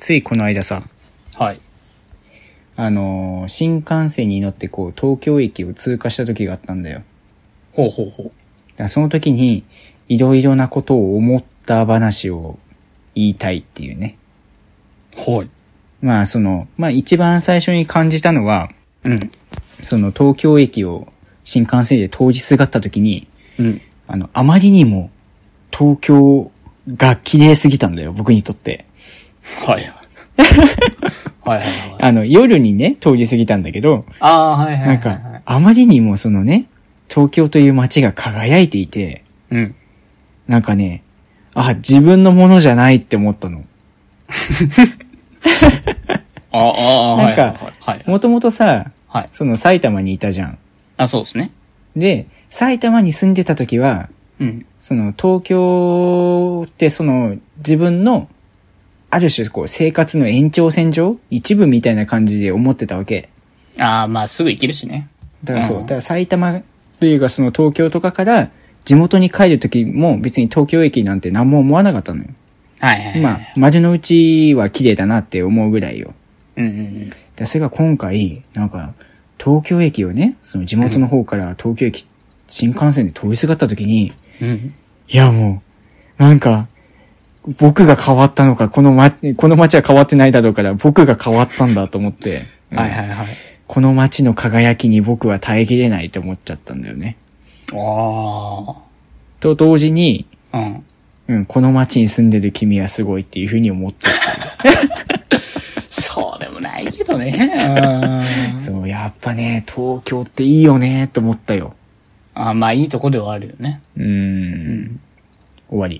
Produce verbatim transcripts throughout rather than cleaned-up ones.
ついこの間さ、 はい。 あのー、新幹線に乗ってこう東京駅を通過した時があったんだよ。 ほうほうほう。 だからその時にいろいろなことを思った話を言いたいっていうね。 はい。 まあその、まあ一番最初に感じたのは、 うん。 その東京駅を新幹線で通りすがった時に、 うん。 あの、あまりにも東京が綺麗すぎたんだよ、僕にとって。 はい。はいはいはい。 あの、夜にね、通り過ぎたんだけど、 ああ、はいはいはい、はい。 なんか、あまりにもそのね、東京という街が輝いていて、 うん。 なんかね、あ、自分のものじゃないって思ったの。 ああ、ああ、 なんか、 はい。 もともとさ、 はい。 その埼玉にいたじゃん。 あ、そうですね。 で、埼玉に住んでた時は、 うん。 その東京ってその自分のある種こう生活の延長線上一部みたいな感じで思ってたわけ。 ああ、まあすぐ行けるしね。 だからそう、 うん、 だから埼玉というかその東京とかから地元に帰る時も別に東京駅なんて何も思わなかったのよ。 はいはいはい。 まあ、丸の内は綺麗だなって思うぐらいよ。 うんうんうん。 でそれが今回、なんか、東京駅をね、その地元の方から東京駅、うん、新幹線で通りすがった時に、 うん、 いやもう、なんか、僕が変わったのか、このま、この街は変わってないだろうから、僕が変わったんだと思って、 はいはいはい。 この街の輝きに僕は耐えきれないと思っちゃったんだよね。 ああ。 と同時に、 うん。 うん、この街に住んでる君はすごいっていう風に思ったそうでもないけどね。 そう、やっぱね、東京っていいよねと思ったよ。 あ、まあいいとこではあるよね。 うーん。うん、終わり。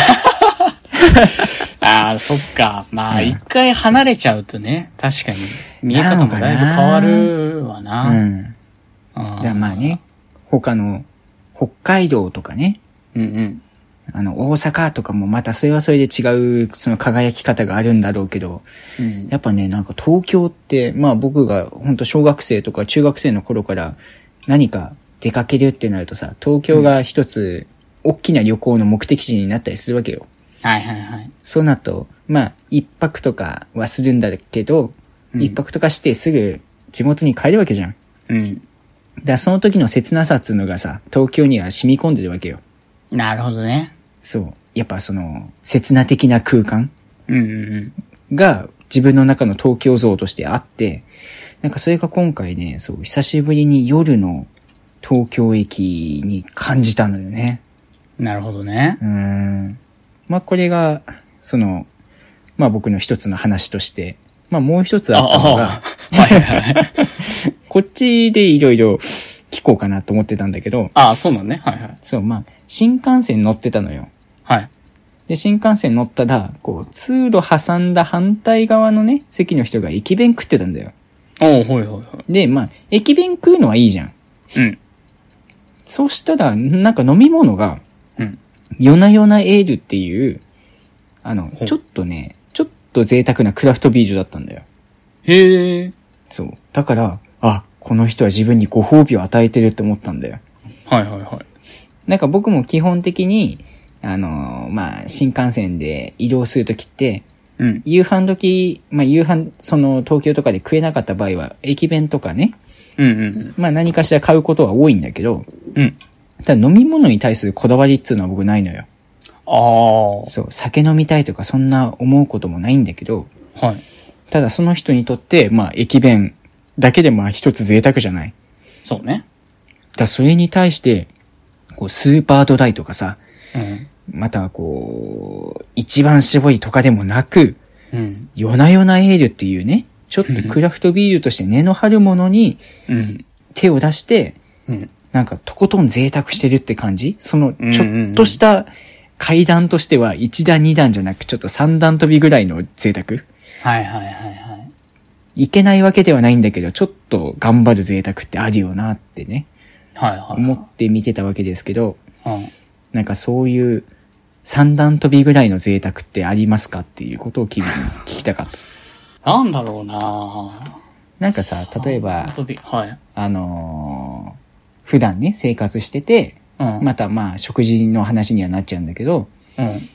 ああ、そっか。まあ一回離れちゃうとね、確かに見え方もだいぶ変わるわな。 うん。あだまあね、他の北海道とかね。 うんうん。 あの、大阪とかもまたそれはそれで違う、その輝き方があるんだろうけど、うん、やっぱね、なんか東京って、まあ僕が本当小学生とか中学生の頃から何か出かけるってなるとさ、東京が一つ大きな旅行の目的地になったりするわけよ。 はいはいはい。 そうなると、まあ一泊とかはするんだけど、うん、一泊とかしてすぐ地元に帰るわけじゃん。うん。だからその時の切なさっつうのがさ、東京には染み込んでるわけよ。 なるほどね。 そう。やっぱその、刹那的な空間うんうんうんが自分の中の東京像としてあって、なんかそれが今回ね、そう、久しぶりに夜の東京駅に感じたのよね。 なるほどね。 うーん。まあこれが、その、まあ僕の一つの話として、まあもう一つあったのが、はいはい。こっちでいろいろ聞こうかなと思ってたんだけど。 ああ、そうなんね。はいはい。 そう、まあ、新幹線乗ってたのよ。 はい。 で、新幹線乗ったら、こう、通路挟んだ反対側のね、席の人が駅弁食ってたんだよ。 おう、はいはいはい。 で、まあ、駅弁食うのはいいじゃん。 うん。 そうしたら、なんか飲み物が、 うん。 夜な夜なエールっていう、あの、ちょっとね、ちょっと贅沢なクラフトビールだったんだよ。 へえ。 そう。だから、あ、この人は自分にご褒美を与えてるって思ったんだよ。 はいはいはい。 なんか僕も基本的に、あのー、まあ、新幹線で移動するときって、うん、夕飯時、まあ、夕飯、その東京とかで食えなかった場合は、駅弁とかね。 うんうんうん。 まあ何かしら買うことは多いんだけど、 うん。 ただ飲み物に対するこだわりっていうのは僕ないのよ。 ああ。 そう、酒飲みたいとかそんな思うこともないんだけど、 はい。 ただその人にとって、まあ駅弁だけでまあ一つ贅沢じゃない。 そうね。 だからそれに対して、こうスーパードライとかさ、 うん、 またはこう、一番搾りとかでもなく、 うん、 夜な夜なエールっていうね、ちょっとクラフトビールとして根の張るものに手を出して、うん、なんかとことん贅沢してるって感じ？そのちょっとした階段としてはいち段に段じゃなくちょっとさん段飛びぐらいの贅沢？ はいはいはいはい。 いけないわけではないんだけど、ちょっと頑張る贅沢ってあるよなってね。 はいはい、はい。 思って見てたわけですけど、 うん、 なんかそういう三段飛びぐらいの贅沢ってありますかっていうことを君に聞きたかった。 なんだろうななんかさ、例えば、 はい、 あのー、普段ね、生活してて、うん、またまあ食事の話にはなっちゃうんだけど、うん、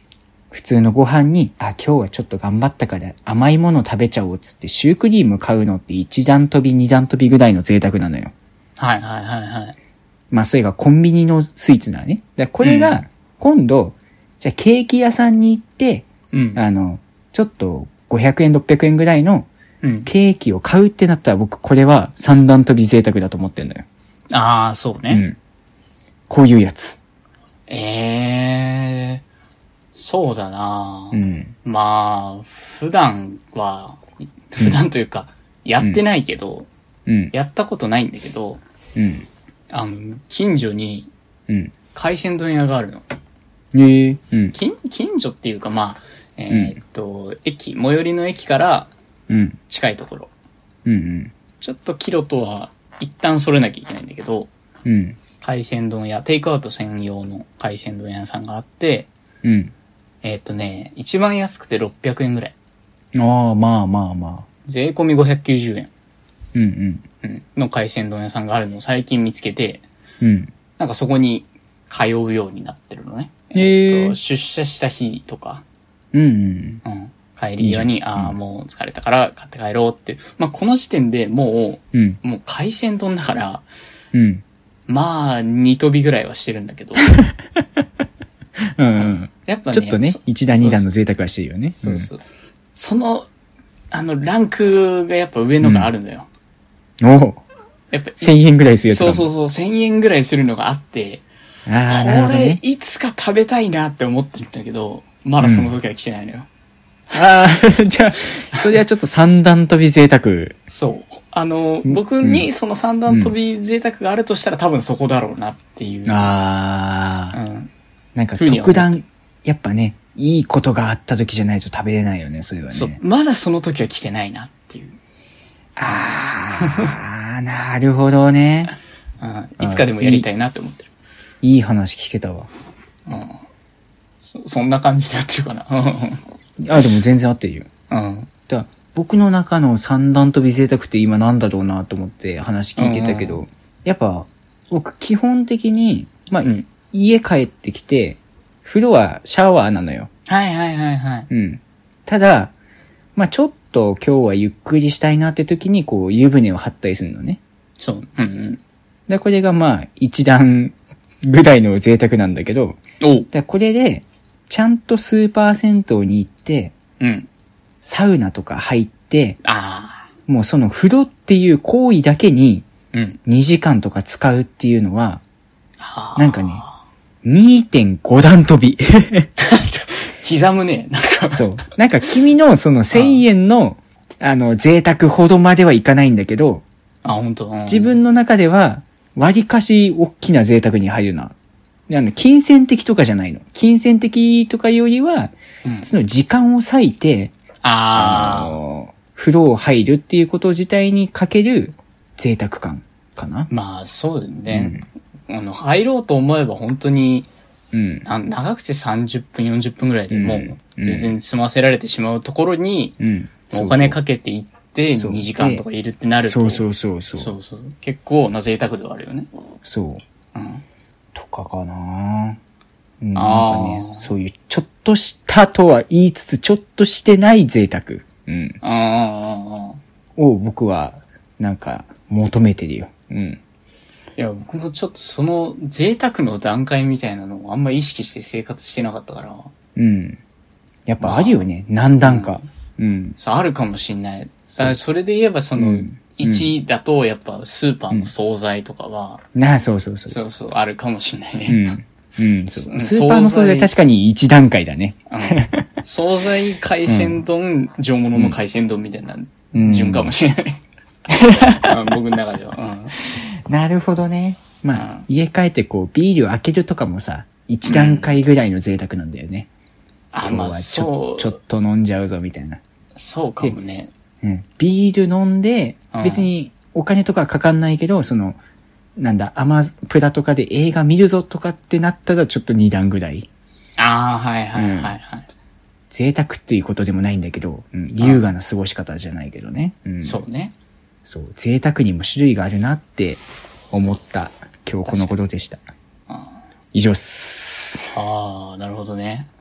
普通のご飯に、あ、今日はちょっと頑張ったから甘いもの食べちゃおうっつってシュークリーム買うのって一段飛び二段飛びぐらいの贅沢なのよ。 はいはいはいはい。 まあそれがコンビニのスイーツだね。だこれが今度、うん、じゃあケーキ屋さんに行って、うん、あの、ちょっとごひゃくえんろっぴゃくえんぐらいのケーキを買うってなったら僕これは三段飛び贅沢だと思ってんのよ。 ああ、そうね。 うん。こういうやつ。 ええー、そうだな、うん、まあ、普段は、普段というか、やってないけど、うん、やったことないんだけど、うん、あの、近所に、海鮮丼屋があるの。 えーうん、 近、近所っていうか、まあ、えー、っと、うん、駅、最寄りの駅から近いところ。うんうん、ちょっとキロとは一旦それなきゃいけないんだけど、うん、海鮮丼屋、テイクアウト専用の海鮮丼屋さんがあって、うん、えー、っとね、一番安くてろっぴゃくえんぐらい。 ああ、まあまあまあ。 税込みごひゃくきゅうじゅうえん。 うんうんうん、の海鮮丼屋さんがあるのを最近見つけて、 うん、 なんかそこに通うようになってるのね。 えー、 えっと、出社した日とか、 うんうんうん、帰り際に、ああ、もう疲れたから買って帰ろうって。まあ、この時点でもう、うん、もう海鮮丼だから、 うん、 まあ、二飛びぐらいはしてるんだけど。 うんうん、やっぱね、ちょっとね、一段二段の贅沢はしてるよね。 そうそう。うん、その、あの、ランクがやっぱ上のがあるのよ。 うん、おやっぱ千円ぐらいするやつ。 そうそうそう、千円ぐらいするのがあって、 ああ、これ、いつか食べたいなって思ってるんだけど、まだその時は来てないのよ。 うん、ああ、じゃあ、それはちょっと三段飛び贅沢。 そう。あの、僕にその三段飛び贅沢があるとしたら多分そこだろうなっていう。 ああ。 うん。 なんか特段、やっぱね、いいことがあった時じゃないと食べれないよね、それはね。 そう。まだその時は来てないなっていう。 ああ、なるほどね。 うん。いつかでもやりたいなって思ってる。 いい、いい話聞けたわ。 うん。そ、そんな感じでやってるかな。 あ、でも全然合ってるよ。 うん。 だ僕の中の三段飛び贅沢って今なんだろうなと思って話聞いてたけど、うん、やっぱ僕基本的に、まあ、うん、家帰ってきて、風呂はシャワーなのよ。 はいはいはいはい。 うん。ただ、まあちょっと今日はゆっくりしたいなって時にこう湯船を張ったりするのね。 そう。うんうん。 で、これがまあ一段ぐらいの贅沢なんだけど、 おだこれで、ちゃんとスーパー銭湯に行って、 うん。 サウナとか入って、 ああ。 もうその風呂っていう行為だけに、 うん。 にじかんとか使うっていうのは、 うん、 なんかね、にてんご 段飛び。 刻むね、なんか。 そう。なんか君のそのせんえんの、あの、贅沢ほどまではいかないんだけど、 あ、本当。 自分の中では、割かし大きな贅沢に入るな。あの、金銭的とかじゃないの。金銭的とかよりは、うん、その時間を割いて、 ああの、風呂を入るっていうこと自体にかける贅沢感かな。 まあ、そうだよね。うん、あの、入ろうと思えば本当に、うん、長くてさんじゅっぷん、よんじゅっぷんぐらいでもう、全然済ませられてしまうところに、うん、お金かけていってにじかんとかいるってなると、 そうそうそうそう。 そうそう。結構な贅沢ではあるよね。 そう。 うん。 とかかな、うん、なんかね、そういうちょっとしたとは言いつつ、ちょっとしてない贅沢。うん。 ああ。 を僕は、なんか、求めてるよ。うん。 いや、僕もちょっとその贅沢の段階みたいなのをあんま意識して生活してなかったから。 うん。やっぱあるよね。まあ、何段か。うん。うん、 そう、あるかもしんない。だからそれで言えばその、うん、いちだとやっぱスーパーの惣菜とかは。 うん、なあ、そうそうそう。 そうそう、あるかもしんないね。 うん。うん、そう。スーパーの惣菜確かにいち段階だね。 うん。惣菜、海鮮丼、うん、上物の海鮮丼みたいな順かもしれない。うん、僕の中では。うんなるほどね。まあ、うん、家帰ってこう、ビール開けるとかもさ、一段階ぐらいの贅沢なんだよね。うん、今日はちょ、ちょっと飲んじゃうぞ、みたいな。 そうかもね。 うん。ビール飲んで、別にお金とかかかんないけど、その、なんだ、アマプラとかで映画見るぞとかってなったらちょっと二段ぐらい。 ああ、はいはいはいはい。うん、 贅沢っていうことでもないんだけど、うん、優雅な過ごし方じゃないけどね。 うん、そうね。 そう、贅沢にも種類があるなって思った今日このことでした。以上っす。 ああ、なるほどね。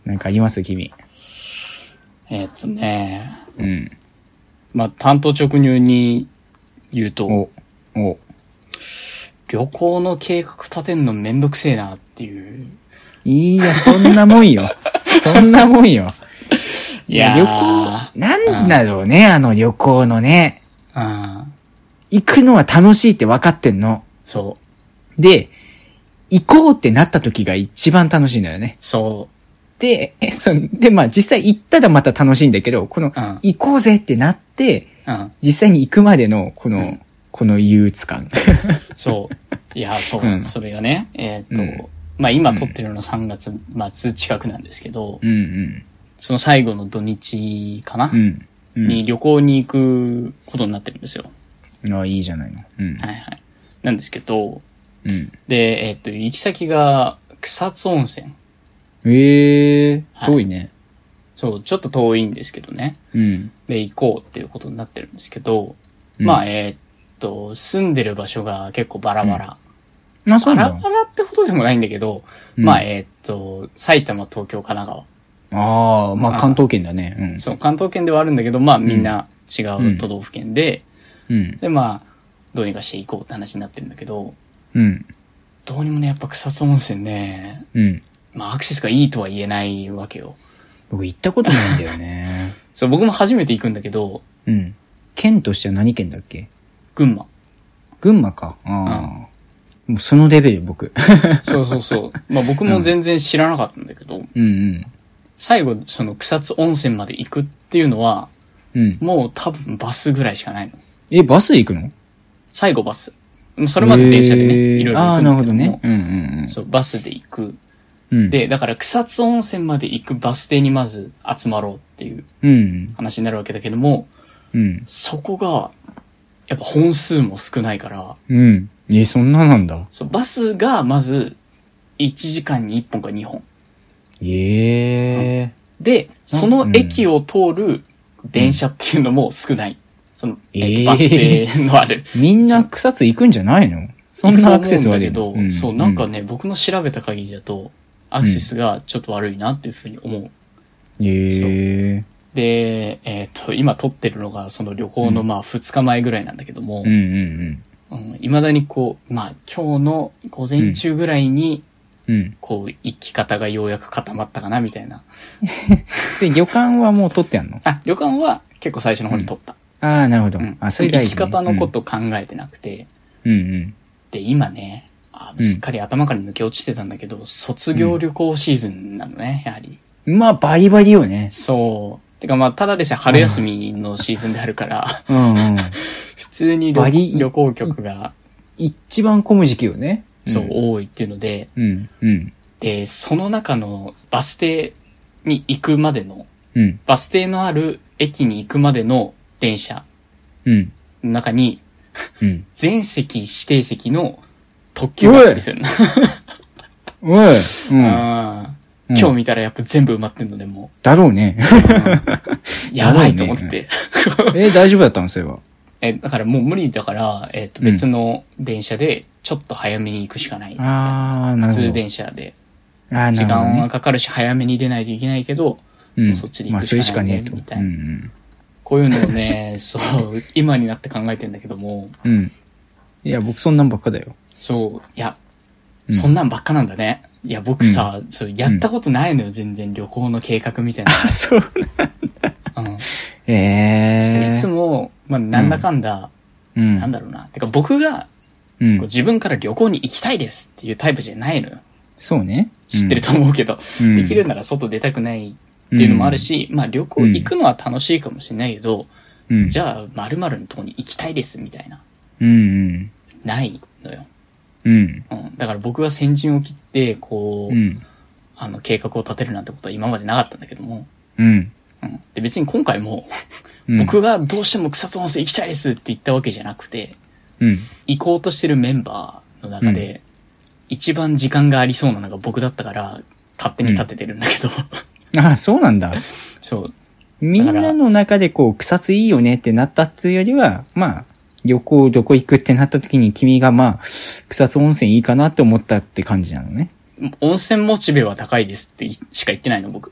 なんかあります君。 えー、っとね。 うん。 まあ、単刀直入に言うと。お、お。旅行の計画立てんのめんどくせえなっていう。 いや、そんなもんよ。そんなもんよ。いや、旅行、なんだろうね、うん、あの旅行のね。うん。行くのは楽しいって分かってんの。 そう。 で、行こうってなった時が一番楽しいんだよね。 そう。 で、そで、まあ実際行ったらまた楽しいんだけど、この、うん、行こうぜってなって、うん、実際に行くまでの、この、うん、この憂鬱感。 そう。いや、そう。うん、それがね、えー、っと、うん、まあ今撮ってるのさんがつ末近くなんですけど、うんうん、その最後の土日かな、うんうん、に旅行に行くことになってるんですよ。 ああ、いいじゃないの。うん、 はいはい。なんですけど、うん、で、えー、っと、行き先が草津温泉。 ええー、遠いね、はい。 そう、ちょっと遠いんですけどね。うん、で、行こうっていうことになってるんですけど、うん、まあ、えー、っと、住んでる場所が結構バラバラ。うん、あ、そうなんだ。バラバラってほどでもないんだけど、うん、まあ、えー、っと、埼玉、東京、神奈川。ああ、まあ関東圏だね。 うん、そう、関東圏ではあるんだけど、まあみんな違う都道府県で、うん、で、まあ、どうにかして行こうって話になってるんだけど、うん、どうにもね、やっぱ草津温泉ね、うん、まあアクセスがいいとは言えないわけよ。 僕行ったことないんだよね。 そう、僕も初めて行くんだけど、 うん。県としては何県だっけ？ 群馬。 群馬か。ああ、うん。もうそのレベル僕。 そうそうそう。まあ僕も全然知らなかったんだけど、うん、うんうん。最後、その草津温泉まで行くっていうのは、うん、もう多分バスぐらいしかないの。 え、バスで行くの？ 最後バス。それまで電車でね、いろいろ行くんだけども。ああ、なるほどね。うんうんうん。そう、バスで行く。うん、で、だから草津温泉まで行くバス停にまず集まろうっていう話になるわけだけども、うん、そこが、やっぱ本数も少ないから。 うん。え、そんななんだ。 そう、バスがまずいちじかんにいっぽんかにほん。 ええー。 で、その駅を通る電車っていうのも少ない。その、えー、バス停のある。 みんな草津行くんじゃないの？そんなアクセスはあるけど、 うん、そう、なんかね、うん、僕の調べた限りだと、アクセスがちょっと悪いなっていうふうに思う。 へ、うん、えー。 で、えっと、今撮ってるのがその旅行のまあふつかまえぐらいなんだけども、うんうんうん、未だにこう、まあ今日の午前中ぐらいに、うん、こう、行き方がようやく固まったかな、みたいな。 で、旅館はもう取ってあんの？ あ、旅館は結構最初の方に取った。 うん、ああ、なるほど。うん、あ、それ大事、 ね。行き方のことを考えてなくて。うんうん。で、今ね、あすっかり頭から抜け落ちてたんだけど、うん、卒業旅行シーズンなのね、やはり。 まあ、バリバリよね。 そう。てかまあ、ただでさえ春休みのシーズンであるから、うんうん、普通に 旅, 旅行客が。 一番混む時期よね。 そう、うん、多いっていうので、うんうん、で、その中のバス停に行くまでの、うん、バス停のある駅に行くまでの電車の中に、うん、全席指定席の特急があったりするの。 おい、うん、 あ今日見たらやっぱ全部埋まってんのでもう。 だろうね。 うん、やばいと思って。 ね、えー、大丈夫だったのそれは。 え、だからもう無理だから、えっと、別の電車で、ちょっと早めに行くしかない。 ああ、 なるほど。普通電車で。ああ、なるほど、ね。時間はかかるし、早めに出ないといけないけど、うん、もうそっちで行くしかない。まあ、それしかねえと。みたいな。うんうん、こういうのをね、そう、今になって考えてんだけども。 うん。いや、僕そんなんばっかだよ。 そう、いや、うん、そんなんばっかなんだね。いや、僕さ、うん、そう、やったことないのよ、全然旅行の計画みたいな。 あ、そうなんだ。うん。ええー。 いつも、まあ、なんだかんだ、うん、なんだろうな。てか僕が、うん、こう自分から旅行に行きたいですっていうタイプじゃないのよ。 そうね。 知ってると思うけど、うん、できるなら外出たくないっていうのもあるし、うん、まあ旅行行くのは楽しいかもしれないけど、うん、じゃあ〇〇のとこに行きたいですみたいな。うんうん、ないのよ。うん、うん。だから僕は先陣を切って、こう、うん、あの計画を立てるなんてことは今までなかったんだけども、うんうん、で別に今回も僕がどうしても草津温泉行きたいですって言ったわけじゃなくて、うん、行こうとしてるメンバーの中で、うん、一番時間がありそうなのが僕だったから勝手に立ててるんだけど、 うん、ああそうなんだ。 そうみんなの中でこう草津いいよねってなったっていうよりは、まあ旅行どこ行くってなった時に君がまあ草津温泉いいかなって思ったって感じなのね。 温泉モチベは高いですってしか言ってないの、僕。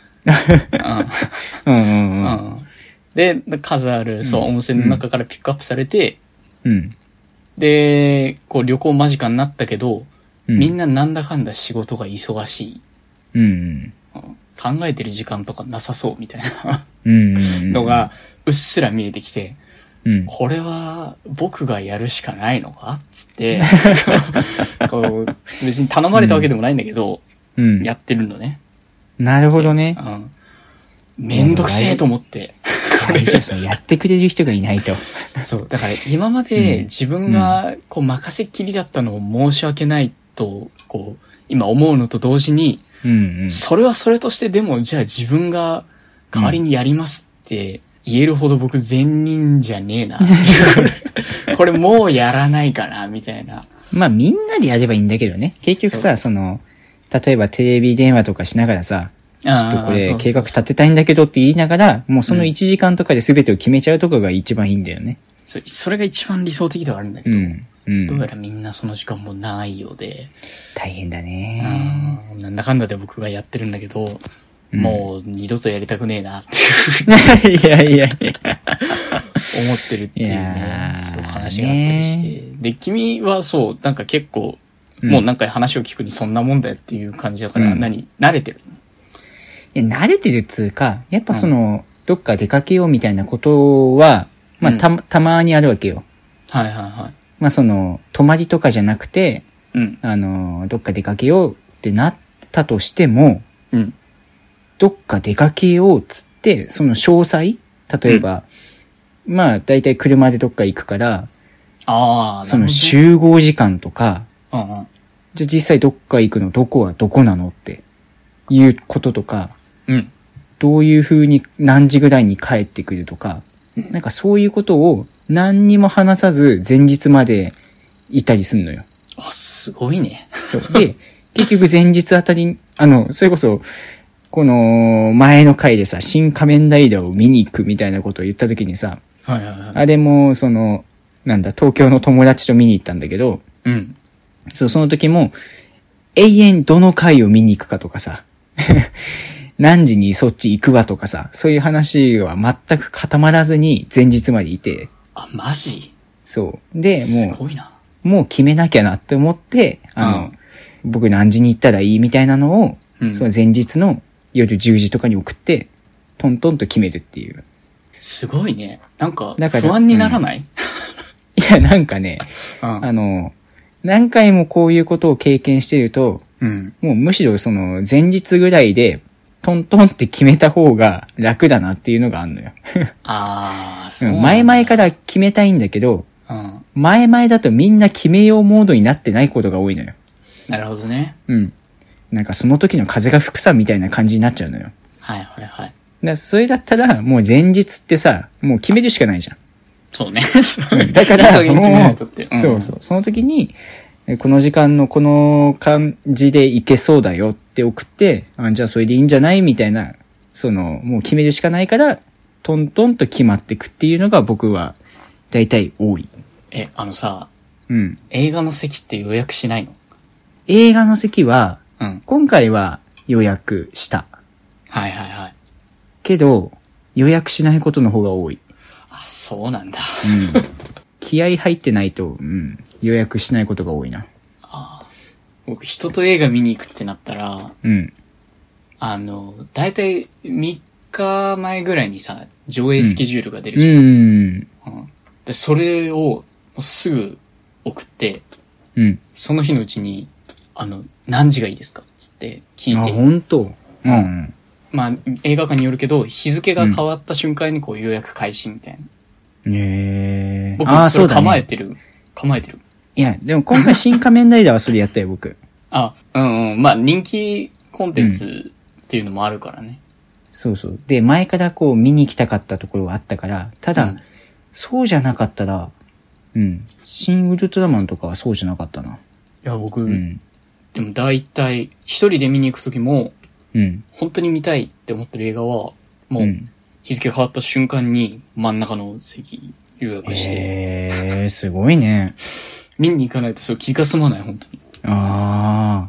うんうんうんうん、 で、数ある、そう、温泉の中からピックアップされて、 うん、 で、こう旅行間近になったけど、うん、みんななんだかんだ仕事が忙しい。 うんうん、 考えてる時間とかなさそうみたいなのがうっすら見えてきて、うん、これは僕がやるしかないのかっつってこう別に頼まれたわけでもないんだけど、うん、やってるのね。 なるほどね。 うん、めんどくせえと思って。 これやってくれる人がいないと。 そう。だから今まで自分がこう任せっきりだったのを申し訳ないと、こう、今思うのと同時に、 うんうん、 それはそれとしてでも、じゃあ自分が代わりにやりますって言えるほど僕善人じゃねえな。これもうやらないかな、みたいな。 まあみんなでやればいいんだけどね。結局さ、そ, その、例えばテレビ電話とかしながらさ、ちょっとこれ計画立てたいんだけどって言いながら、もうそのいちじかんとかで全てを決めちゃうとかが一番いいんだよね。 そ, それが一番理想的ではあるんだけど、うんうん、どうやらみんなその時間もないようで。 大変だね。 なんだかんだで僕がやってるんだけど、うん、もう二度とやりたくねえなっていう。いやいやいや。思ってるっていうね、そういう話があったりして。で、君はそう、なんか結構、もうなんか話を聞くにそんなもんだよっていう感じだから、うん、何、慣れてる？ いや、慣れてるっつうか、やっぱその、うん、どっか出かけようみたいなことは、まあ、た、うん、たまにあるわけよ。 はいはいはい。 まあその、泊まりとかじゃなくて、 うん、 あの、どっか出かけようってなったとしても、 うん、 どっか出かけようっつって、その詳細例えば、うん、まあ大体車でどっか行くから、 ああ、 その集合時間とか、 うんうん、 じゃあ実際どっか行くのどこはどこなのっていうこととか、 うん、 どういう風に何時ぐらいに帰ってくるとか、うん、なんかそういうことを何にも話さず前日までいたりすんのよ。 あ、すごいね。 そう。で、結局前日あたり、あの、それこそ、この前の回でさ、新仮面ライダーを見に行くみたいなことを言った時にさ、 はいはいはい、 あれも、その、なんだ、東京の友達と見に行ったんだけど、 うん。 そう、その時も、永遠どの回を見に行くかとかさ、何時にそっち行くわとかさ、そういう話は全く固まらずに前日までいて。 あ、マジ？ そう。で、もう、 すごいな。 もう決めなきゃなって思って、あの、うん、僕何時に行ったらいいみたいなのを、うん、その前日の夜じゅうじとかに送って、トントンと決めるっていう。 すごいね。なんか、不安にならない？うん、 いや、なんかね、うん、あの、何回もこういうことを経験してると、 うん、 もうむしろその前日ぐらいで、トントンって決めた方が楽だなっていうのがあんのよ。 ああ、そう。 前々から決めたいんだけど、 うん、 前々だとみんな決めようモードになってないことが多いのよ。 なるほどね。 うん。なんかその時の風が吹くさみたいな感じになっちゃうのよ。 はいはいはい。 だそれだったらもう前日ってさ、もう決めるしかないじゃん。 そうね。 だからもう、 うん、 そうそう。その時に、この時間のこの感じでいけそうだよって送って、あ、じゃあそれでいいんじゃないみたいな、その、もう決めるしかないから、トントンと決まってくっていうのが僕は、だいたい多い。 え、あのさ、 うん。 映画の席って予約しないの？ 映画の席は、 うん、 今回は予約した。 はいはいはい。 けど、予約しないことの方が多い。 あ、そうなんだ。 うん。気合入ってないと、うん、予約しないことが多いな。 ああ。僕、人と映画見に行くってなったら、 うん。 あの、だいたいみっかまえぐらいにさ、上映スケジュールが出るじゃん。 うん。 うん、で、それを、もうすぐ送って、 うん。 その日のうちに、あの、何時がいいですかつって聞いて。 あ、本当。うん、うん。 まあ、映画館によるけど、日付が変わった瞬間にこう予約開始みたいな。 へ、えー。 僕、それ構えてる、ね。構えてる。 いや、でも今回新仮面ライダーはそれやったよ、僕。 あ、うんうん。まあ、人気コンテンツっていうのもあるからね。うん、 そうそう。で、前からこう見に行きたかったところはあったから、ただ、うん、そうじゃなかったら、うん。新ウルトラマンとかはそうじゃなかったな。いや、僕、うん、でも大体、一人で見に行くときも、 うん。 本当に見たいって思ってる映画は、もう、日付変わった瞬間に真ん中の席予約して。 へー、すごいね。 見に行かないとそう気が済まない、本当に。 あ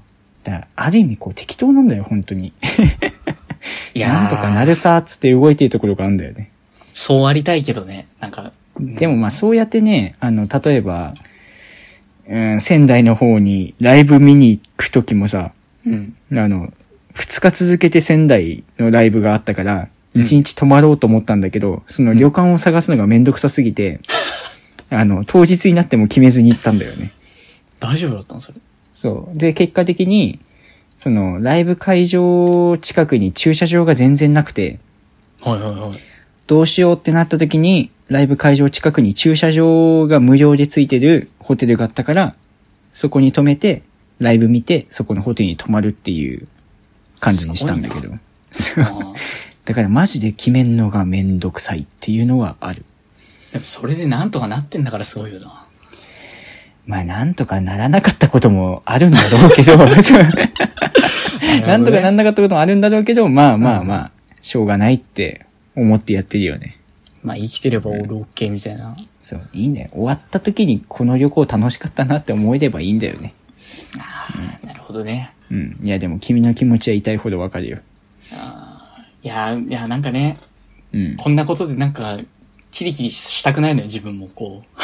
だからある意味こう適当なんだよ、本当に。いやなんとかなるさーつって動いてるところがあるんだよね。 そうありたいけどね、なんか。 でもまあそうやってね、あの、例えば、うん、仙台の方にライブ見に行くときもさ、うん、あの、二日続けて仙台のライブがあったから、一日泊まろうと思ったんだけど、うん、その旅館を探すのがめんどくさすぎて、うん、あの、当日になっても決めずに行ったんだよね。 大丈夫だったのそれ？ そう。で、結果的に、その、ライブ会場近くに駐車場が全然なくて、 はいはいはい。 どうしようってなった時に、ライブ会場近くに駐車場が無料でついてるホテルがあったから、そこに泊めて、ライブ見て、そこのホテルに泊まるっていう感じにしたんだけど。だからマジで決めんのがめんどくさいっていうのはある。 でもそれでなんとかなってんだからすごいよな。 まあなんとかならなかったこともあるんだろうけど、なんとかなんなかったこともあるんだろうけど、まあまあまあ、しょうがないって思ってやってるよね。 まあ生きてればオールオッケーみたいな、うん。 そう、いいね。終わった時にこの旅行楽しかったなって思えればいいんだよね。 ああ、うん、なるほどね。 うん。いやでも君の気持ちは痛いほどわかるよ。 ああ、いや、いやなんかね、 うん。 こんなことでなんか、キリキリしたくないのよ、自分もこう。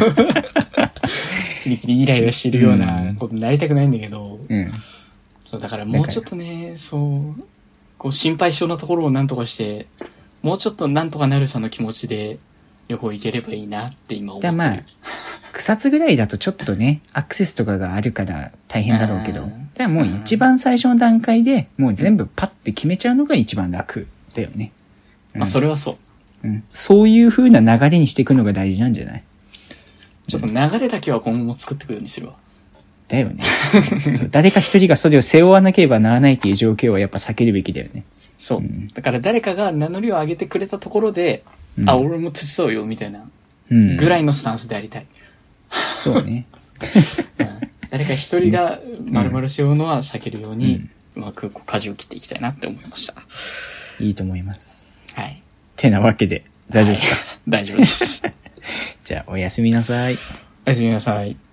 キリキリイライラしてるようなことになりたくないんだけど、 うん。 そうだからもうちょっとね、そうこう心配性なところをなんとかして、もうちょっとなんとかなるさの気持ちで旅行行ければいいなって今思ってる。 だまあ草津ぐらいだとちょっとねアクセスとかがあるから大変だろうけど、だからもう一番最初の段階でもう全部パッて決めちゃうのが一番楽だよね。 うん、まあそれはそう。 うん、そういう風な流れにしていくのが大事なんじゃない？ ちょっと流れだけは今後も作っていくようにするわ。 だよね。そう誰か一人がそれを背負わなければならないっていう状況はやっぱ避けるべきだよね。 そう。うん、だから誰かが名乗りを上げてくれたところで、うん、あ、俺も手伝うよみたいなぐらいのスタンスでありたい。 うん、そうね。 うん、誰か一人が丸々背負うのは避けるように、うん、うまくこう舵を切っていきたいなって思いました。 いいと思います。 はい。 てなわけで大丈夫ですか？ はい、大丈夫です。 じゃあおやすみなさい。 おやすみなさい。